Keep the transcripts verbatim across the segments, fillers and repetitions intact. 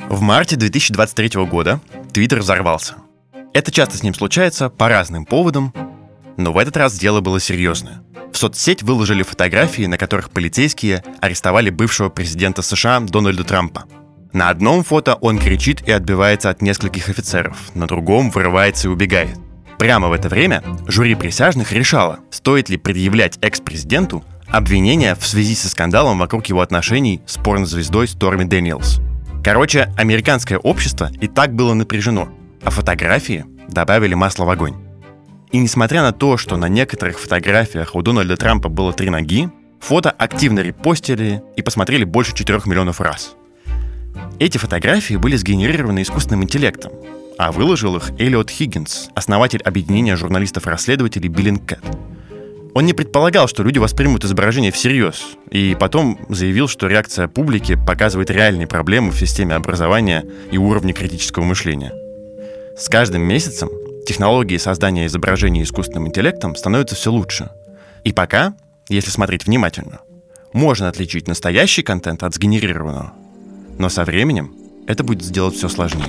В марте две тысячи двадцать третьего года Твиттер взорвался. Это часто с ним случается по разным поводам, но в этот раз дело было серьезное. В соцсеть выложили фотографии, на которых полицейские арестовали бывшего президента США Дональда Трампа. На одном фото он кричит и отбивается от нескольких офицеров, на другом вырывается и убегает. Прямо в это время жюри присяжных решало, стоит ли предъявлять экс-президенту обвинения в связи со скандалом вокруг его отношений с порнозвездой Сторми Дэниелс. Короче, американское общество и так было напряжено, а фотографии добавили масло в огонь. И несмотря на то, что на некоторых фотографиях у Дональда Трампа было три ноги, фото активно репостили и посмотрели больше четырех миллионов раз. Эти фотографии были сгенерированы искусственным интеллектом, а выложил их Эллиот Хиггинс, основатель объединения журналистов-расследователей Bellingcat. Он не предполагал, что люди воспримут изображение всерьез, и потом заявил, что реакция публики показывает реальные проблемы в системе образования и уровне критического мышления. С каждым месяцем технологии создания изображений искусственным интеллектом становятся все лучше. И пока, если смотреть внимательно, можно отличить настоящий контент от сгенерированного. Но со временем это будет сделать все сложнее.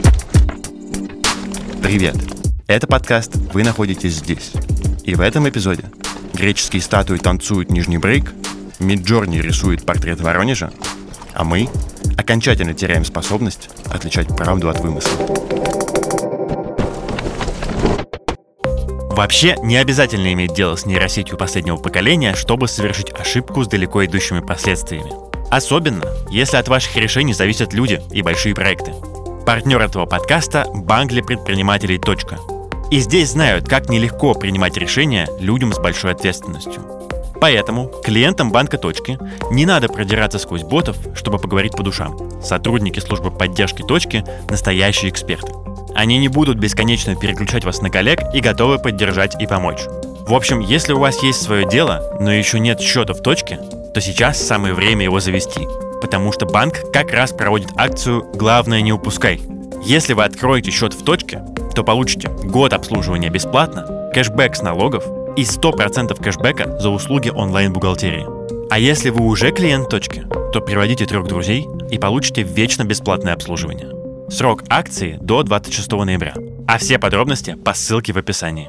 Привет! Это подкаст «Вы находитесь здесь». И в этом эпизоде греческие статуи танцуют нижний брейк, Миджорни рисует портрет Воронежа, а мы окончательно теряем способность отличать правду от вымысла. Вообще, не обязательно иметь дело с нейросетью последнего поколения, чтобы совершить ошибку с далеко идущими последствиями. Особенно, если от ваших решений зависят люди и большие проекты. Партнер этого подкаста – банк для предпринимателей «Точка». И здесь знают, как нелегко принимать решения людям с большой ответственностью. Поэтому клиентам банка «Точки» не надо продираться сквозь ботов, чтобы поговорить по душам. Сотрудники службы поддержки «Точки» – настоящие эксперты. Они не будут бесконечно переключать вас на коллег и готовы поддержать и помочь. В общем, если у вас есть свое дело, но еще нет счета в «Точке», то сейчас самое время его завести, потому что банк как раз проводит акцию «Главное, не упускай». Если вы откроете счет в «Точке», то получите год обслуживания бесплатно, кэшбэк с налогов и сто процентов кэшбэка за услуги онлайн-бухгалтерии. А если вы уже клиент «Точки», то приводите трех друзей и получите вечно бесплатное обслуживание. Срок акции до двадцать шестого ноября, а все подробности по ссылке в описании.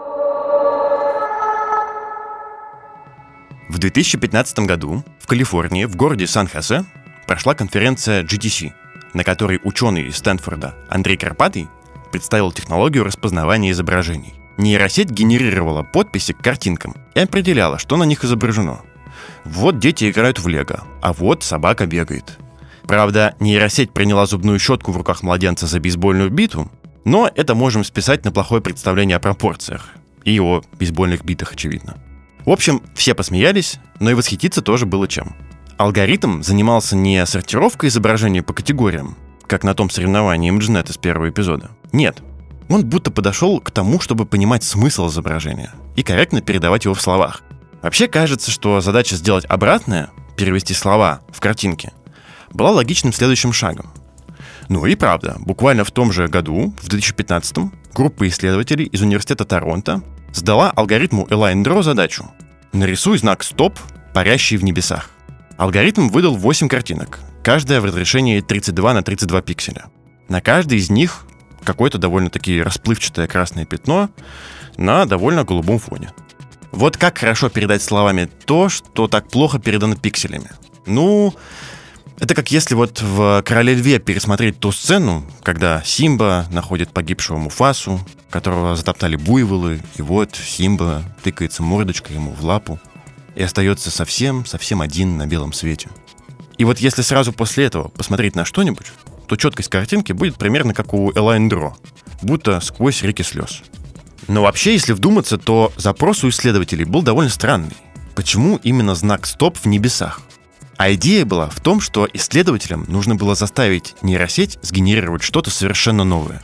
В две тысячи пятнадцатом году в Калифорнии, в городе Сан-Хосе, прошла конференция джи ти си, на которой ученый из Стэнфорда Андрей Карпатый представил технологию распознавания изображений. Нейросеть генерировала подписи к картинкам и определяла, что на них изображено. Вот дети играют в лего, а вот собака бегает. Правда, нейросеть приняла зубную щетку в руках младенца за бейсбольную биту, но это можем списать на плохое представление о пропорциях и о бейсбольных битах, очевидно. В общем, все посмеялись, но и восхититься тоже было чем. Алгоритм занимался не сортировкой изображений по категориям, как на том соревновании Имэджнет из первого эпизода. Нет, он будто подошел к тому, чтобы понимать смысл изображения и корректно передавать его в словах. Вообще кажется, что задача сделать обратное, перевести слова в картинки, была логичным следующим шагом. Ну и правда, буквально в том же году, в две тысячи пятнадцатом, группа исследователей из университета Торонто задала алгоритму Элайн Дро задачу: нарисуй знак «Стоп», парящий в небесах. Алгоритм выдал восемь картинок, каждая в разрешении тридцать два на тридцать два пикселя. На каждой из них какое-то довольно-таки расплывчатое красное пятно на довольно голубом фоне. Вот как хорошо передать словами то, что так плохо передано пикселями? Ну, это как если вот в «Короле Льве» пересмотреть ту сцену, когда Симба находит погибшего Муфасу, которого затоптали буйволы, и вот Симба тыкается мордочкой ему в лапу и остается совсем-совсем один на белом свете. И вот если сразу после этого посмотреть на что-нибудь, то четкость картинки будет примерно как у Элайн Дро, будто сквозь реки слез. Но вообще, если вдуматься, то запрос у исследователей был довольно странный. Почему именно знак «Стоп» в небесах? А идея была в том, что исследователям нужно было заставить нейросеть сгенерировать что-то совершенно новое.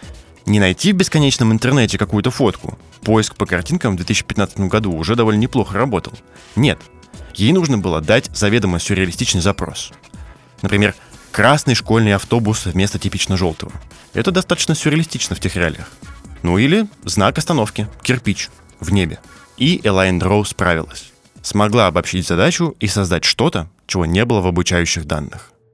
Не найти в бесконечном интернете какую-то фотку. Поиск по картинкам в две тысячи пятнадцатом году уже довольно неплохо работал. Нет, ей нужно было дать заведомо сюрреалистичный запрос. Например, красный школьный автобус вместо типично желтого. Это достаточно сюрреалистично в тех реалиях. Ну или знак остановки, кирпич, в небе. И Элайн Дро справилась. Смогла обобщить задачу и создать что-то, чего не было в обучающих данных.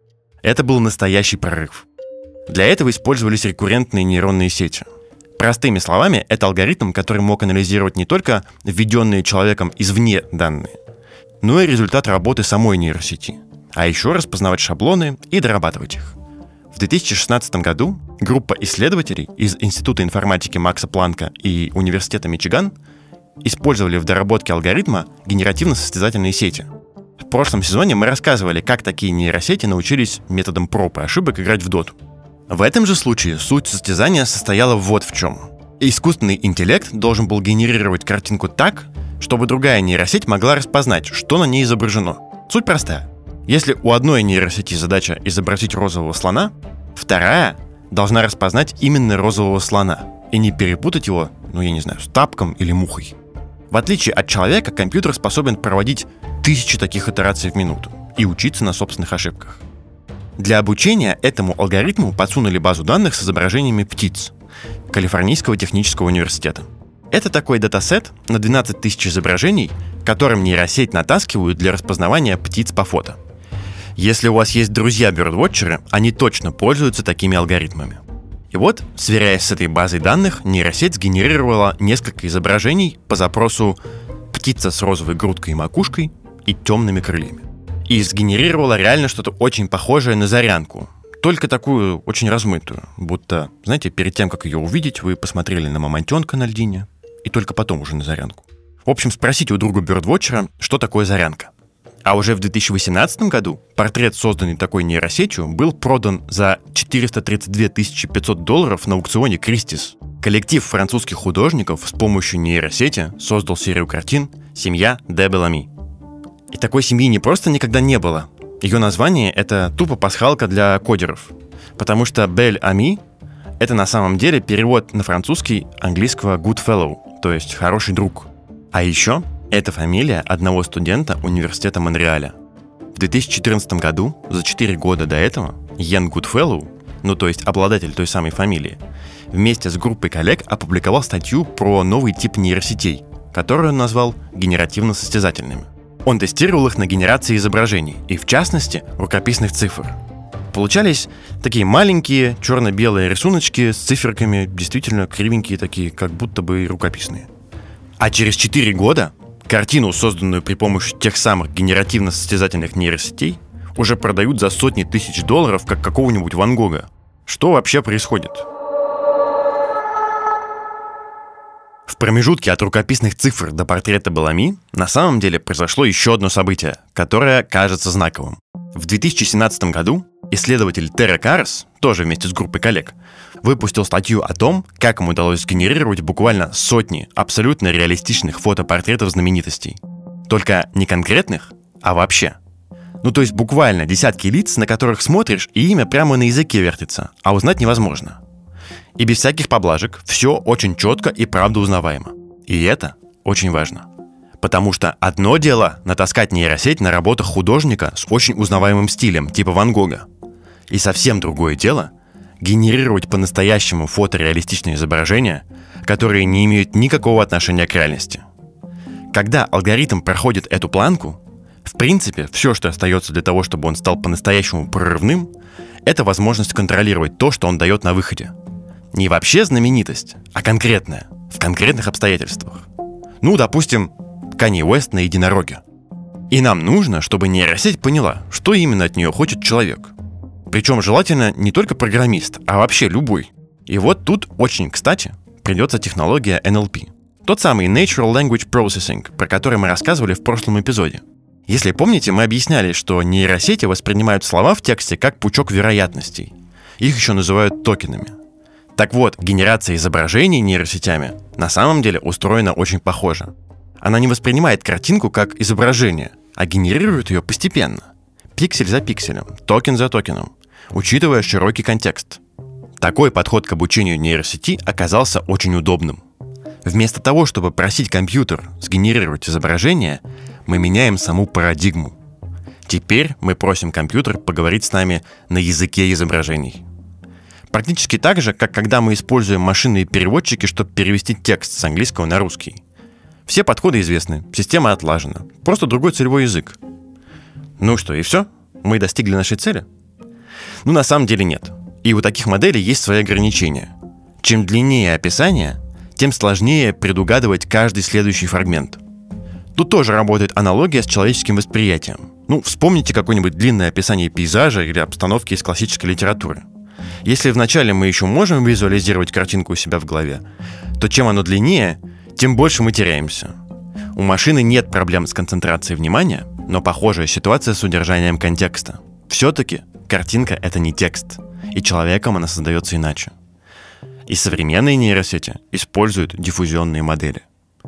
Это был настоящий прорыв. Для этого использовались рекуррентные нейронные сети. Простыми словами, это алгоритм, который мог анализировать не только введенные человеком извне данные, но и результат работы самой нейросети, а еще распознавать шаблоны и дорабатывать их. В две тысячи шестнадцатом году группа исследователей из Института информатики Макса Планка и Университета Мичиган использовали в доработке алгоритма генеративно-состязательные сети. В прошлом сезоне мы рассказывали, как такие нейросети научились методом проб и ошибок играть в доту. В этом же случае суть состязания состояла вот в чем. Искусственный интеллект должен был генерировать картинку так, чтобы другая нейросеть могла распознать, что на ней изображено. Суть простая. Если у одной нейросети задача изобразить розового слона, вторая должна распознать именно розового слона и не перепутать его, ну я не знаю, с тапком или мухой. В отличие от человека, компьютер способен проводить тысячи таких итераций в минуту и учиться на собственных ошибках. Для обучения этому алгоритму подсунули базу данных с изображениями птиц Калифорнийского технического университета. Это такой датасет на двенадцать тысяч изображений, которым нейросеть натаскивают для распознавания птиц по фото. Если у вас есть друзья-бёрдвотчеры, они точно пользуются такими алгоритмами. И вот, сверяясь с этой базой данных, нейросеть сгенерировала несколько изображений по запросу «птица с розовой грудкой и макушкой и темными крыльями». И сгенерировала реально что-то очень похожее на зарянку, только такую очень размытую, будто, знаете, перед тем, как ее увидеть, вы посмотрели на мамонтенка на льдине, и только потом уже на зарянку. В общем, спросите у друга бёрдвотчера, что такое зарянка. А уже в две тысячи восемнадцатом году портрет, созданный такой нейросетью, был продан за четыреста тридцать две тысячи пятьсот долларов на аукционе Кристис. Коллектив французских художников с помощью нейросети создал серию картин «Семья де Белами». И такой семьи не просто никогда не было. Ее название — это тупо пасхалка для кодеров. Потому что «Бель Ами» — это на самом деле перевод на французский английского «good fellow», то есть «хороший друг». А еще это фамилия одного студента университета Монреаля. В две тысячи четырнадцатом году, за четыре года до этого, Йен Гудфеллоу, ну то есть обладатель той самой фамилии, вместе с группой коллег опубликовал статью про новый тип нейросетей, которую он назвал генеративно-состязательными. Он тестировал их на генерации изображений, и в частности, рукописных цифр. Получались такие маленькие черно-белые рисуночки с циферками, действительно кривенькие такие, как будто бы рукописные. А через четыре года картину, созданную при помощи тех самых генеративно-состязательных нейросетей, уже продают за сотни тысяч долларов, как какого-нибудь Ван Гога. Что вообще происходит? В промежутке от рукописных цифр до портрета Белами на самом деле произошло еще одно событие, которое кажется знаковым. В две тысячи семнадцатом году исследователь Терра Карас, тоже вместе с группой коллег, выпустил статью о том, как ему удалось сгенерировать буквально сотни абсолютно реалистичных фотопортретов знаменитостей. Только не конкретных, а вообще. Ну то есть буквально десятки лиц, на которых смотришь, и имя прямо на языке вертится, а узнать невозможно. И без всяких поблажек, все очень четко и правда узнаваемо. И это очень важно. Потому что одно дело натаскать нейросеть на работах художника с очень узнаваемым стилем, типа Ван Гога. И совсем другое дело генерировать по-настоящему фотореалистичные изображения, которые не имеют никакого отношения к реальности. Когда алгоритм проходит эту планку, в принципе, все, что остается для того, чтобы он стал по-настоящему прорывным, это возможность контролировать то, что он дает на выходе. Не вообще знаменитость, а конкретная, в конкретных обстоятельствах. Ну, допустим, Канье Уэст на единороге. И нам нужно, чтобы нейросеть поняла, что именно от нее хочет человек. Причем желательно не только программист, а вообще любой. И вот тут очень кстати придется технология эн эл пи. Тот самый Natural Language Processing, про который мы рассказывали в прошлом эпизоде. Если помните, мы объясняли, что нейросети воспринимают слова в тексте как пучок вероятностей. Их еще называют токенами. Так вот, генерация изображений нейросетями на самом деле устроена очень похоже. Она не воспринимает картинку как изображение, а генерирует ее постепенно. Пиксель за пикселем, токен за токеном, учитывая широкий контекст. Такой подход к обучению нейросети оказался очень удобным. Вместо того, чтобы просить компьютер сгенерировать изображение, мы меняем саму парадигму. Теперь мы просим компьютер поговорить с нами на языке изображений. Практически так же, как когда мы используем машинные переводчики, чтобы перевести текст с английского на русский. Все подходы известны, система отлажена, просто другой целевой язык. Ну что, и все? Мы достигли нашей цели? Ну, на самом деле нет. И у таких моделей есть свои ограничения. Чем длиннее описание, тем сложнее предугадывать каждый следующий фрагмент. Тут тоже работает аналогия с человеческим восприятием. Ну, вспомните какое-нибудь длинное описание пейзажа или обстановки из классической литературы. Если вначале мы еще можем визуализировать картинку у себя в голове, то чем оно длиннее, тем больше мы теряемся. У машины нет проблем с концентрацией внимания, но похожая ситуация с удержанием контекста. Все-таки картинка — это не текст, и человеком она создается иначе. И современные нейросети используют диффузионные модели.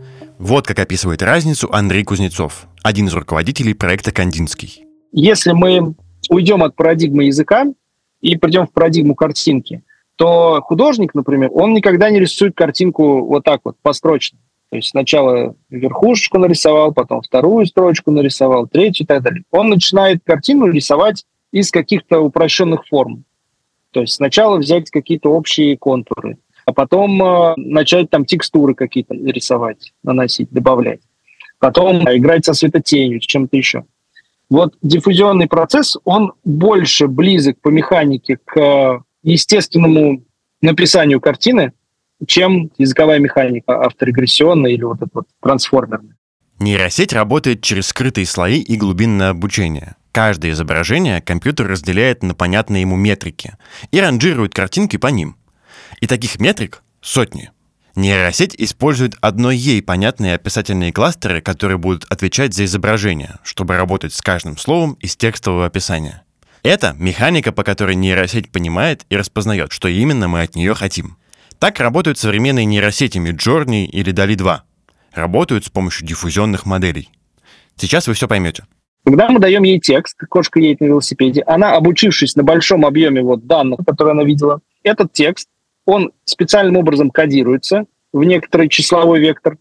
Вот как описывает разницу Андрей Кузнецов, один из руководителей проекта «Кандинский». Если мы уйдем от парадигмы языка и придем в парадигму картинки, то художник, например, он никогда не рисует картинку вот так вот, построчно. То есть сначала верхушечку нарисовал, потом вторую строчку нарисовал, третью и так далее. Он начинает картину рисовать из каких-то упрощенных форм. То есть сначала взять какие-то общие контуры, а потом э, начать там текстуры какие-то рисовать, наносить, добавлять. Потом играть со светотенью, с чем-то еще. Вот диффузионный процесс, он больше близок по механике к естественному написанию картины, чем языковая механика авторегрессионная или вот эта вот трансформерная. Нейросеть работает через скрытые слои и глубинное обучение. Каждое изображение компьютер разделяет на понятные ему метрики и ранжирует картинки по ним. И таких метрик сотни. Нейросеть использует одной ей понятные описательные кластеры, которые будут отвечать за изображение, чтобы работать с каждым словом из текстового описания. Это механика, по которой нейросеть понимает и распознает, что именно мы от нее хотим. Так работают современные нейросети Midjourney или дали два. Работают с помощью диффузионных моделей. Сейчас вы все поймете. Когда мы даем ей текст, кошка едет на велосипеде, она, обучившись на большом объеме вот данных, которые она видела, этот текст, он специальным образом кодируется в некоторый числовой вектор.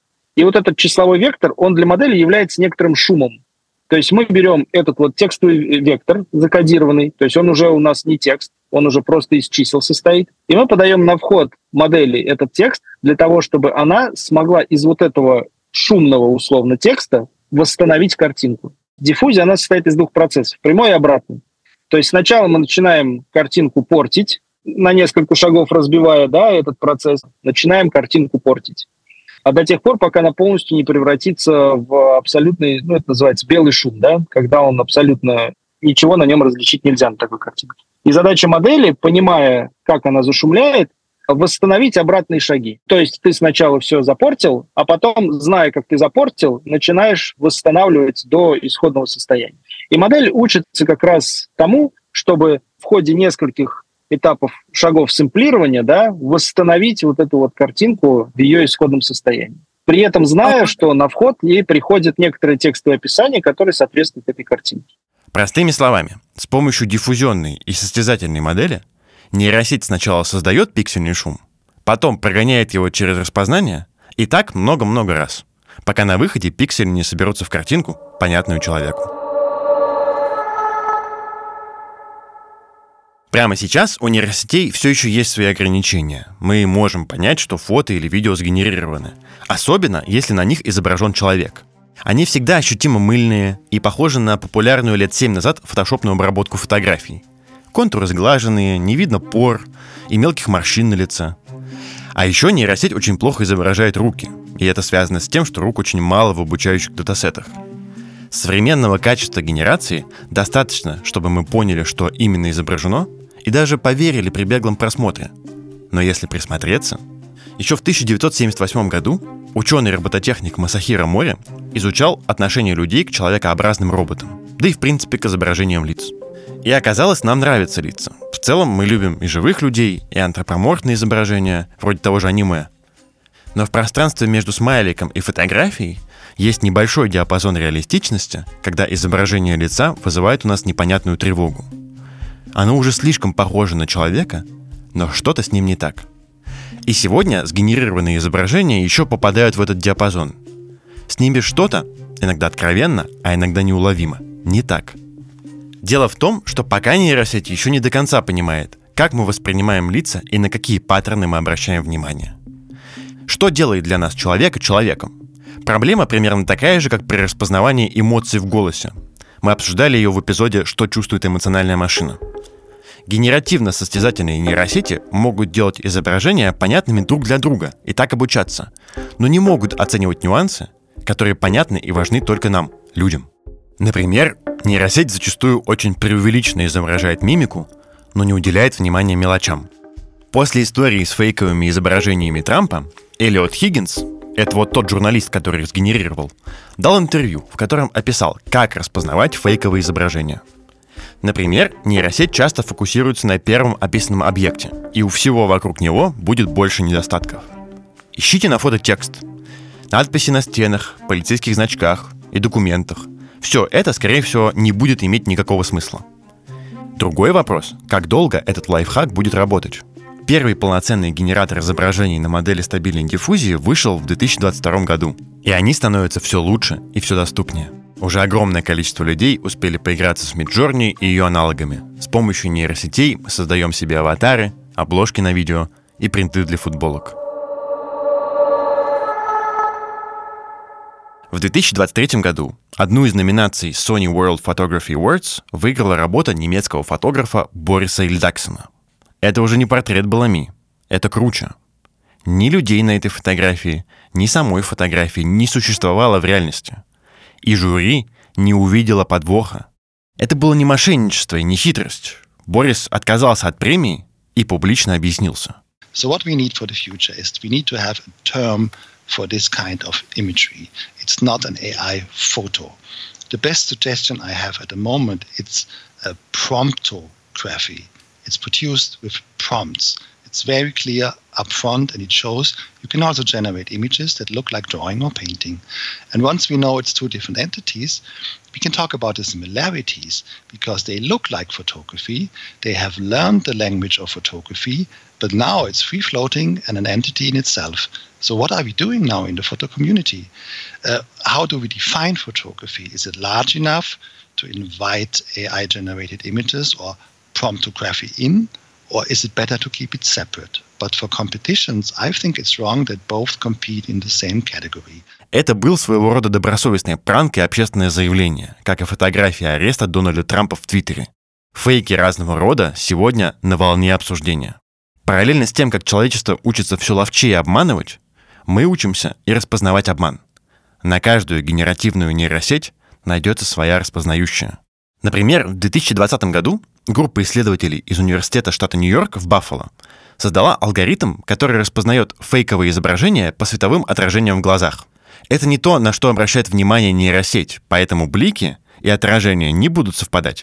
И вот этот числовой вектор, он для модели является некоторым шумом. То есть мы берем этот вот текстовый вектор закодированный, то есть он уже у нас не текст, он уже просто из чисел состоит. И мы подаем на вход модели этот текст для того, чтобы она смогла из вот этого шумного условно текста восстановить картинку. Диффузия, она состоит из двух процессов, прямой и обратный. То есть сначала мы начинаем картинку портить, на несколько шагов разбивая, да, этот процесс, начинаем картинку портить. А до тех пор, пока она полностью не превратится в абсолютный, ну, это называется белый шум, да, когда он абсолютно, ничего на нем различить нельзя на такой картинке. И задача модели, понимая, как она зашумляет, восстановить обратные шаги. То есть ты сначала все запортил, а потом, зная, как ты запортил, начинаешь восстанавливать до исходного состояния. И модель учится как раз тому, чтобы в ходе нескольких этапов шагов сэмплирования, да, восстановить вот эту вот картинку в ее исходном состоянии. При этом зная, что на вход ей приходит некоторое текстовое описание, которое соответствует этой картинке. Простыми словами, с помощью диффузионной и состязательной модели нейросеть сначала создает пиксельный шум, потом прогоняет его через распознание, и так много-много раз, пока на выходе пиксели не соберутся в картинку, понятную человеку. Прямо сейчас у нейросетей все еще есть свои ограничения. Мы можем понять, что фото или видео сгенерированы, особенно если на них изображен человек. Они всегда ощутимо мыльные и похожи на популярную лет семь назад фотошопную обработку фотографий. Контуры сглаженные, не видно пор и мелких морщин на лице. А еще нейросеть очень плохо изображает руки, и это связано с тем, что рук очень мало в обучающих датасетах. Современного качества генерации достаточно, чтобы мы поняли, что именно изображено, и даже поверили при беглом просмотре. Но если присмотреться... Еще в тысяча девятьсот семьдесят восьмом году ученый-робототехник Масахиро Мори изучал отношение людей к человекообразным роботам, да и в принципе к изображениям лиц. И оказалось, нам нравятся лица. В целом мы любим и живых людей, и антропоморфные изображения, вроде того же аниме. Но в пространстве между смайликом и фотографией есть небольшой диапазон реалистичности, когда изображение лица вызывает у нас непонятную тревогу. Оно уже слишком похоже на человека, но что-то с ним не так. И сегодня сгенерированные изображения еще попадают в этот диапазон. С ними что-то, иногда откровенно, а иногда неуловимо, не так. Дело в том, что пока нейросеть еще не до конца понимает, как мы воспринимаем лица и на какие паттерны мы обращаем внимание. Что делает для нас человека человеком? Проблема примерно такая же, как при распознавании эмоций в голосе. Мы обсуждали ее в эпизоде «Что чувствует эмоциональная машина». Генеративно-состязательные нейросети могут делать изображения понятными друг для друга и так обучаться, но не могут оценивать нюансы, которые понятны и важны только нам, людям. Например, нейросеть зачастую очень преувеличенно изображает мимику, но не уделяет внимания мелочам. После истории с фейковыми изображениями Трампа Эллиот Хиггинс, это вот тот журналист, который их сгенерировал, дал интервью, в котором описал, как распознавать фейковые изображения. Например, нейросеть часто фокусируется на первом описанном объекте, и у всего вокруг него будет больше недостатков. Ищите на фото текст, надписи на стенах, полицейских значках и документах. Все это, скорее всего, не будет иметь никакого смысла. Другой вопрос, как долго этот лайфхак будет работать. Первый полноценный генератор изображений на модели стабильной диффузии вышел в две тысячи двадцать втором году, и они становятся все лучше и все доступнее. Уже огромное количество людей успели поиграться с Midjourney и ее аналогами. С помощью нейросетей мы создаем себе аватары, обложки на видео и принты для футболок. В две тысячи двадцать третьем году одну из номинаций Sony World Photography Awards выиграла работа немецкого фотографа Бориса Ильдаксена. Это уже не портрет Белами, это круче. Ни людей на этой фотографии, ни самой фотографии не существовало в реальности. И жюри не увидело подвоха. Это было не мошенничество и не хитрость. Борис отказался от премии и публично объяснился. So what we need for the future is we need to have a term for this kind of imagery. It's not an A I photo. The best suggestion I have at the moment, it's a promptography. It's produced with prompts. It's very clear upfront, and it shows you can also generate images that look like drawing or painting. And once we know it's two different entities, we can talk about the similarities because they look like photography. They have learned the language of photography, but now it's free-floating and an entity in itself. So what are we doing now in the photo community? Uh, how do we define photography? Is it large enough to invite A I-generated images or promptography in? Or is it better to keep it separate? But for competitions, I think it's wrong that both compete in the same category. Это был своего рода добросовестный пранк и общественное заявление, как и фотография ареста Дональда Трампа в Твиттере. Фейки разного рода сегодня на волне обсуждения. Параллельно с тем, как человечество учится все ловчее обманывать, мы учимся и распознавать обман. На каждую генеративную нейросеть найдется своя распознающая. Например, в две тысячи двадцатом году группа исследователей из университета штата Нью-Йорк в Баффало создала алгоритм, который распознает фейковые изображения по световым отражениям в глазах. Это не то, на что обращает внимание нейросеть, поэтому блики и отражения не будут совпадать.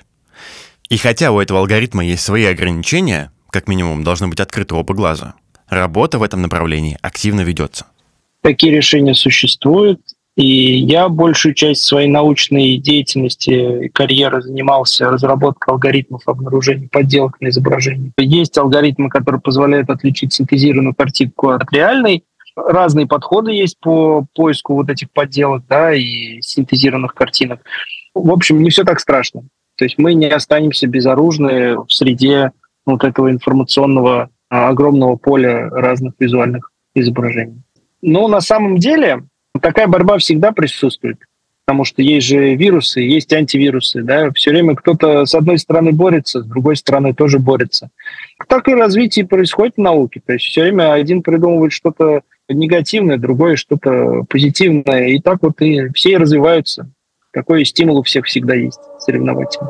И хотя у этого алгоритма есть свои ограничения, как минимум должны быть открыты оба глаза, работа в этом направлении активно ведется. Такие решения существуют. И я большую часть своей научной деятельности и карьеры занимался разработкой алгоритмов обнаружения подделок на изображении. Есть алгоритмы, которые позволяют отличить синтезированную картинку от реальной. Разные подходы есть по поиску вот этих подделок, да, и синтезированных картинок. В общем, не все так страшно. То есть мы не останемся безоружны в среде вот этого информационного огромного поля разных визуальных изображений. Но на самом деле такая борьба всегда присутствует, потому что есть же вирусы, есть антивирусы, да, все время кто-то с одной стороны борется, с другой стороны тоже борется. Так и развитие происходит в науке, то есть все время один придумывает что-то негативное, другой что-то позитивное, и так вот и все и развиваются. Такой стимул у всех всегда есть, соревновательный.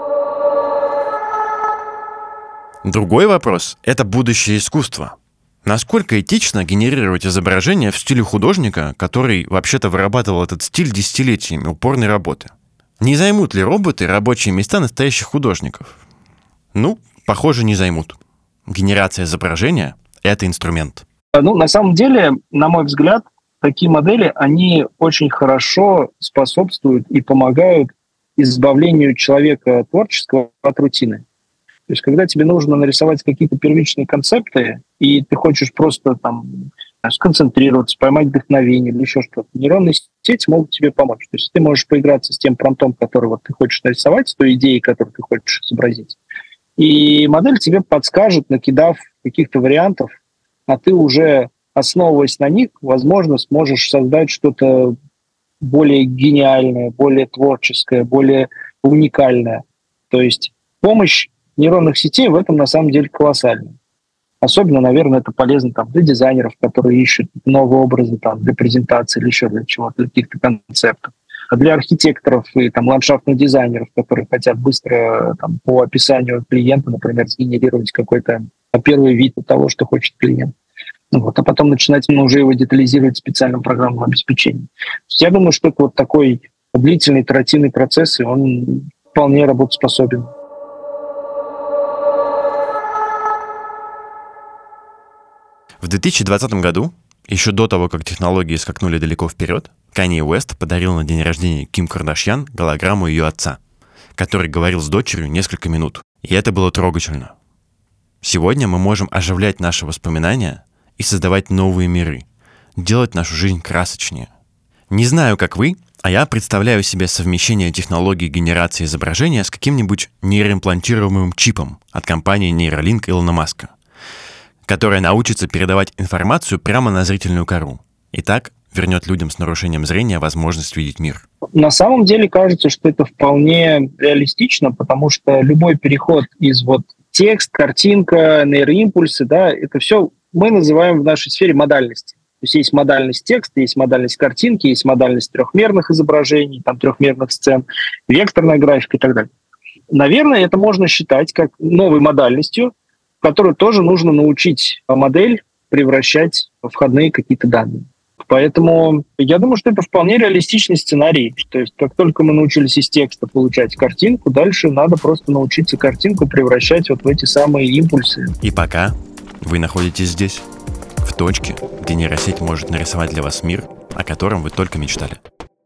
Другой вопрос – это будущее искусства. Насколько этично генерировать изображение в стиле художника, который вообще-то вырабатывал этот стиль десятилетиями упорной работы? Не займут ли роботы рабочие места настоящих художников? Ну, похоже, не займут. Генерация изображения – это инструмент. Ну, на самом деле, на мой взгляд, такие модели, они очень хорошо способствуют и помогают избавлению человека творческого от рутины. То есть, когда тебе нужно нарисовать какие-то первичные концепты, и ты хочешь просто там сконцентрироваться, поймать вдохновение или еще что-то, нейронные сети могут тебе помочь. То есть ты можешь поиграться с тем промптом, который вот ты хочешь нарисовать, с той идеей, которую ты хочешь изобразить. И модель тебе подскажет, накидав каких-то вариантов, а ты уже, основываясь на них, возможно, сможешь создать что-то более гениальное, более творческое, более уникальное. То есть помощь нейронных сетей в этом на самом деле колоссальная. Особенно, наверное, это полезно там, для дизайнеров, которые ищут новые образы там, для презентации или еще для чего-то, для каких-то концептов. А для архитекторов и там, ландшафтных дизайнеров, которые хотят быстро там, по описанию клиента, например, сгенерировать какой-то первый вид того, что хочет клиент. Вот, а потом начинать ну, уже его детализировать в специальном программном обеспечении. Я думаю, что это вот такой длительный итеративный процесс, и он вполне работоспособен. В две тысячи двадцатом году, еще до того, как технологии скакнули далеко вперед, Канье Уэст подарил на день рождения Ким Кардашьян голограмму ее отца, который говорил с дочерью несколько минут. И это было трогательно. Сегодня мы можем оживлять наши воспоминания и создавать новые миры, делать нашу жизнь красочнее. Не знаю, как вы, а я представляю себе совмещение технологий генерации изображения с каким-нибудь нейроимплантируемым чипом от компании Neuralink Илона Маска, которая научится передавать информацию прямо на зрительную кору. И так вернет людям с нарушением зрения возможность видеть мир. На самом деле кажется, что это вполне реалистично, потому что любой переход из вот текст, картинка, нейроимпульсы, да, это все мы называем в нашей сфере модальности. То есть есть модальность текста, есть модальность картинки, есть модальность трехмерных изображений, там трехмерных сцен, векторная графика и так далее. Наверное, это можно считать как новой модальностью, в которую тоже нужно научить модель превращать в входные какие-то данные. Поэтому я думаю, что это вполне реалистичный сценарий. То есть как только мы научились из текста получать картинку, дальше надо просто научиться картинку превращать вот в эти самые импульсы. И пока вы находитесь здесь, в точке, где нейросеть может нарисовать для вас мир, о котором вы только мечтали.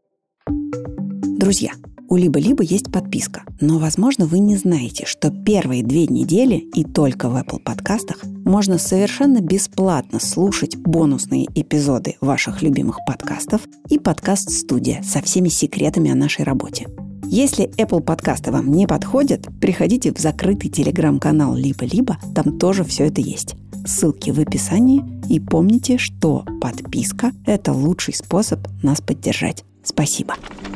Друзья, у Либо-Либо есть подписка, но, возможно, вы не знаете, что первые две недели и только в Apple подкастах можно совершенно бесплатно слушать бонусные эпизоды ваших любимых подкастов и подкаст-студия со всеми секретами о нашей работе. Если Apple подкасты вам не подходят, приходите в закрытый телеграм-канал Либо-Либо, там тоже все это есть. Ссылки в описании, и помните, что подписка – это лучший способ нас поддержать. Спасибо.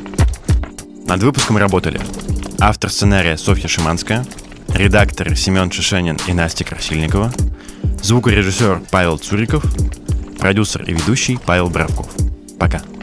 Над выпуском работали автор сценария Софья Шиманская, редакторы Семен Шишенин и Настя Красильникова, звукорежиссер Павел Цуриков, продюсер и ведущий Павел Боровков. Пока.